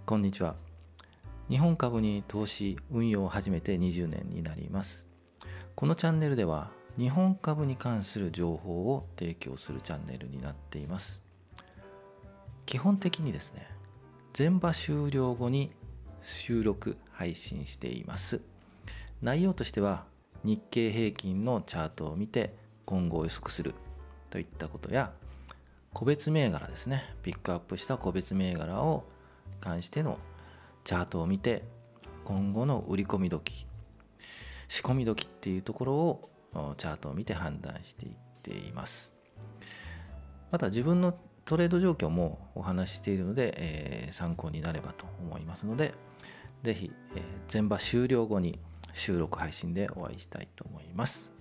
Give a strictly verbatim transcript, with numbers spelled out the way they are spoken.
こんにちは。日本株に投資運用を始めてにじゅうねんになります。このチャンネルでは日本株に関する情報を提供するチャンネルになっています。基本的にですね、前場終了後に収録配信しています。内容としては日経平均のチャートを見て今後を予測するといったことや、個別銘柄ですね、ピックアップした個別銘柄を関してのチャートを見て今後の売り込み時、仕込み時っていうところをチャートを見て判断していっています。また自分のトレード状況もお話ししているので、えー、参考になればと思いますので、ぜひ、えー、前場終了後に収録配信でお会いしたいと思います。